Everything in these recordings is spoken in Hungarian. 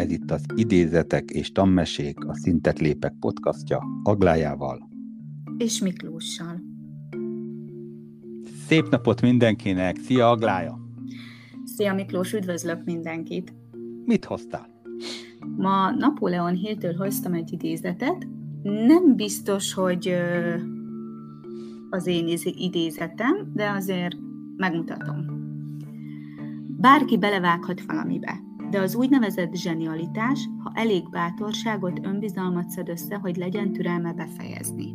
Ez itt az Idézetek és Tanmesék, a Szintet Lépek podcastja Aglájával és Miklóssal. Szép napot mindenkinek! Szia Aglája! Szia Miklós, üdvözlök mindenkit! Mit hoztál? Ma Napoleon Hilltől hoztam egy idézetet. Nem biztos, hogy az én idézetem, de azért megmutatom. Bárki belevághat valamibe, de az úgynevezett zsenialitás, ha elég bátorságot, önbizalmat szed össze, hogy legyen türelme befejezni.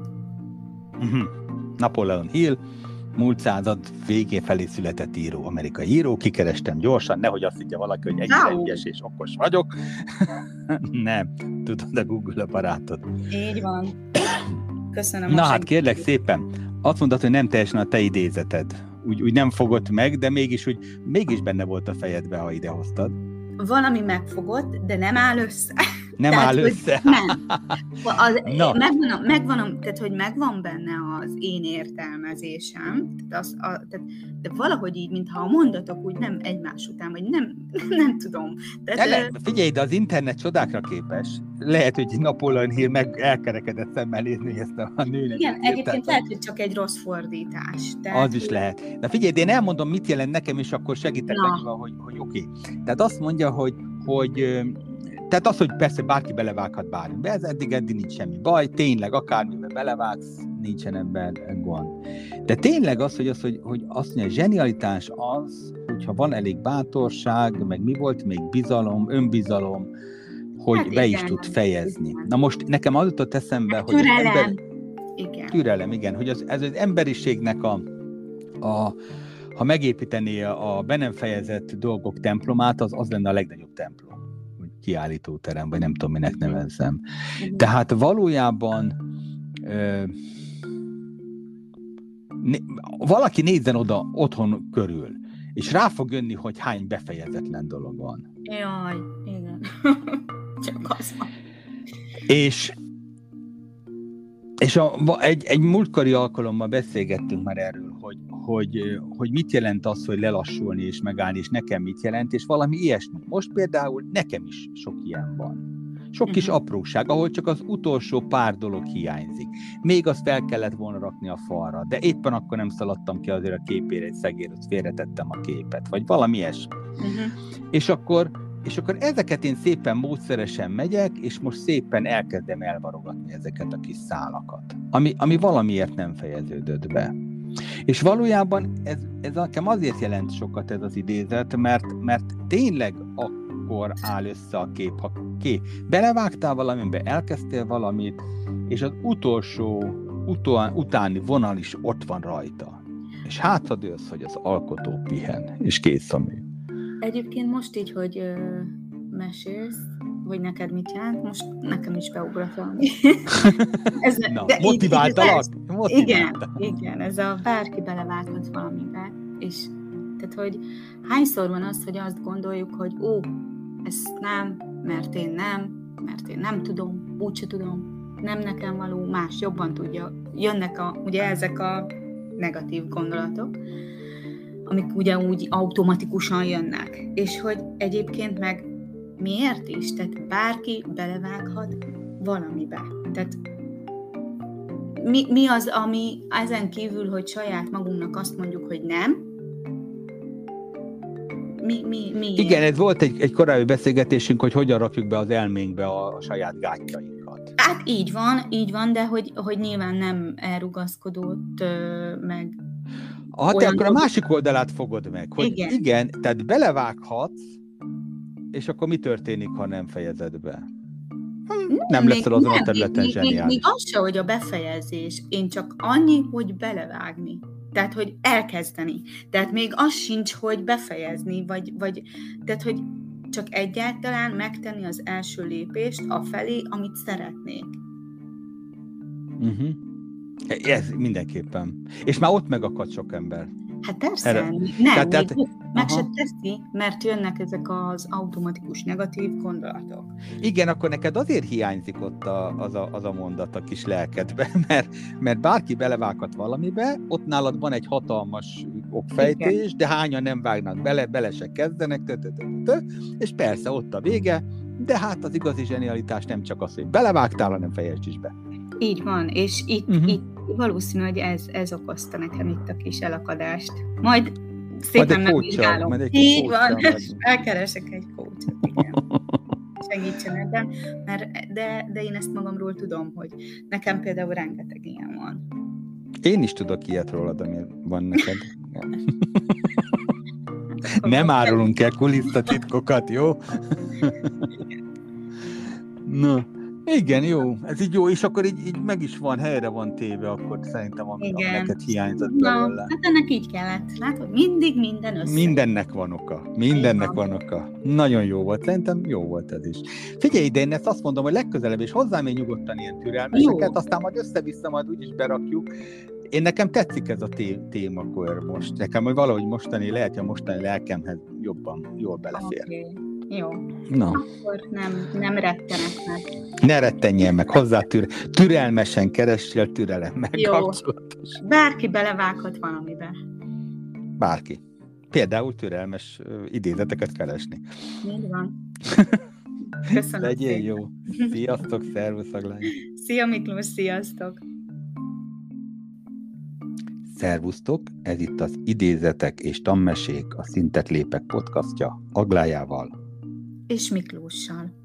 Napoleon Hill, múlt század végén felé született író, amerikai író. Kikerestem gyorsan, nehogy azt higgye valaki, hogy ennyire ügyes és okos vagyok. Nem, tudod, a Google a barátod. Így van. Köszönöm. Na hát kérlek szépen, azt mondtad, hogy nem teljesen a te idézeted. Úgy nem fogott meg, de mégis benne volt a fejedbe, ha idehoztad. Valami megfogott, de nem áll össze. Nem áll össze? Nem. Tehát, hogy megvan benne az én értelmezésem, de valahogy így, mintha a mondatok úgy nem egymás után, vagy nem tudom. Figyelj, de az internet csodákra képes. Lehet, hogy Napoleon Hill meg elkerekedett szemmel nézni ezt a nőnek. Igen, egyébként lehet, hogy csak egy rossz fordítás. Tehát, az is lehet. De figyelj, én elmondom, mit jelent nekem, és akkor segítek neki, hogy oké. Tehát azt mondja, hogy tehát az, hogy persze bárki belevághat bármibe, ez eddig nincs semmi baj, tényleg akármibe belevágsz, nincsen ebben gond. De tényleg az, hogy azt mondja, zsenialitás az, hogyha van elég bátorság, meg mi volt még bizalom, önbizalom, hogy hát be is tud fejezni. Igen. Na most nekem az jutott eszembe, hogy türelem. Türelem, igen, hogy ez az emberiségnek ha megépítené a be nem fejezett dolgok templomát, az lenne a legnagyobb templom. Kiállítóterem, vagy nem tudom, minek nevezzem. Tehát valójában valaki nézzen oda otthon körül, és rá fog jönni, hogy hány befejezetlen dolog van. Jaj, igen. Csak az van. És egy múltkori alkalommal beszélgettünk már erről, hogy mit jelent az, hogy lelassulni és megállni, és nekem mit jelent, és valami ilyesmi. Most például nekem is sok ilyen van. Sok kis apróság, ahol csak az utolsó pár dolog hiányzik. Még azt fel kellett volna rakni a falra, de éppen akkor nem szaladtam ki azért a képére, egy szegélyről félretettem a képet, vagy valami ilyesmi. És akkor ezeket én szépen módszeresen megyek, és most szépen elkezdem elvarogatni ezeket a kis szálakat, ami valamiért nem fejeződött be. És valójában ez nekem azért jelent sokat ez az idézet, mert tényleg akkor áll össze a kép, ha belevágtál valamibe, elkezdtél valamit, és az utolsó utáni vonal is ott van rajta. És hátradőlsz, hogy az alkotó pihen, és kész a mű. Egyébként most így, hogy mesélsz, hogy neked mit jelent, most nekem is beugrott valami. Motiváltalak? Igen, ez a bárki belevághat valamibe, és tehát, hogy hányszor van az, hogy azt gondoljuk, hogy ezt nem, mert én nem tudom, úgyse tudom, nem nekem való, más jobban tudja. Jönnek ugye ezek a negatív gondolatok, amik ugyanúgy automatikusan jönnek. És hogy egyébként meg miért is? Tehát bárki belevághat valamibe. Tehát mi az, ami ezen kívül, hogy saját magunknak azt mondjuk, hogy nem? Mi igen, ez volt egy korábbi beszélgetésünk, hogy hogyan rakjuk be az elménkbe a saját gátjainkat. Hát így van, de hogy nyilván nem elrugaszkodott meg. Te akkor a másik oldalát fogod meg, hogy igen, tehát belevághatsz, és akkor mi történik, ha nem fejezed be? Nem leszel azon a területen zseniális. Még az se, hogy a befejezés, én csak annyi, hogy belevágni. Tehát, hogy elkezdeni. Tehát még az sincs, hogy befejezni, vagy tehát, hogy csak egyáltalán megtenni az első lépést afelé, amit szeretnék. Ez mindenképpen. És már ott megakad sok ember. Hát persze, meg se teszi, mert jönnek ezek az automatikus negatív gondolatok. Igen, akkor neked azért hiányzik ott az a mondat a kis lelkedben, mert bárki belevághat valamibe, ott nálad van egy hatalmas okfejtés, de hányan nem vágnak bele se kezdenek, és persze ott a vége, de hát az igazi zsenialitás nem csak az, hogy belevágtál, hanem fejezd is be. Így van, és itt valószínű, hogy ez okozta nekem itt a kis elakadást. Majd szépen megvizsgálom. Így van, elkeresek egy coachet, igen. Segítsen ebben, de én ezt magamról tudom, hogy nekem például rengeteg ilyen van. Én is tudok ilyet rólad, ami van neked. Nem árulunk el kulisszatitkokat, jó? Na, igen, jó. Ez így jó, és akkor így meg is van, helyre van téve, akkor szerintem, ami neked hiányzott belőle. Hát ennek így kellett. Látod, mindig minden össze. Mindennek van oka. Nagyon jó volt, szerintem jó volt ez is. Figyelj ide, én ezt azt mondom, hogy legközelebb, és hozzám még nyugodtan ilyen türelmeseket, aztán majd össze-vissza, majd úgyis berakjuk. Nekem tetszik ez a témakör most. Nekem valahogy mostani lelkemhez jól belefér. Okay. Jó. No. Akkor nem rettenek meg. Ne rettenjél meg, hozzá türelmesen keressél türelemmel kapcsolatos. Bárki belevághat valamibe. Bárki. Például türelmes idézeteket keresni. Így van. Köszönöm. Legyél jó. Sziasztok, szervusz Aglája. Szia Miklós, sziasztok. Szervusztok, ez itt az Idézetek és Tanmesék, a Szintet lépek podcastja Aglájával és Miklóssal.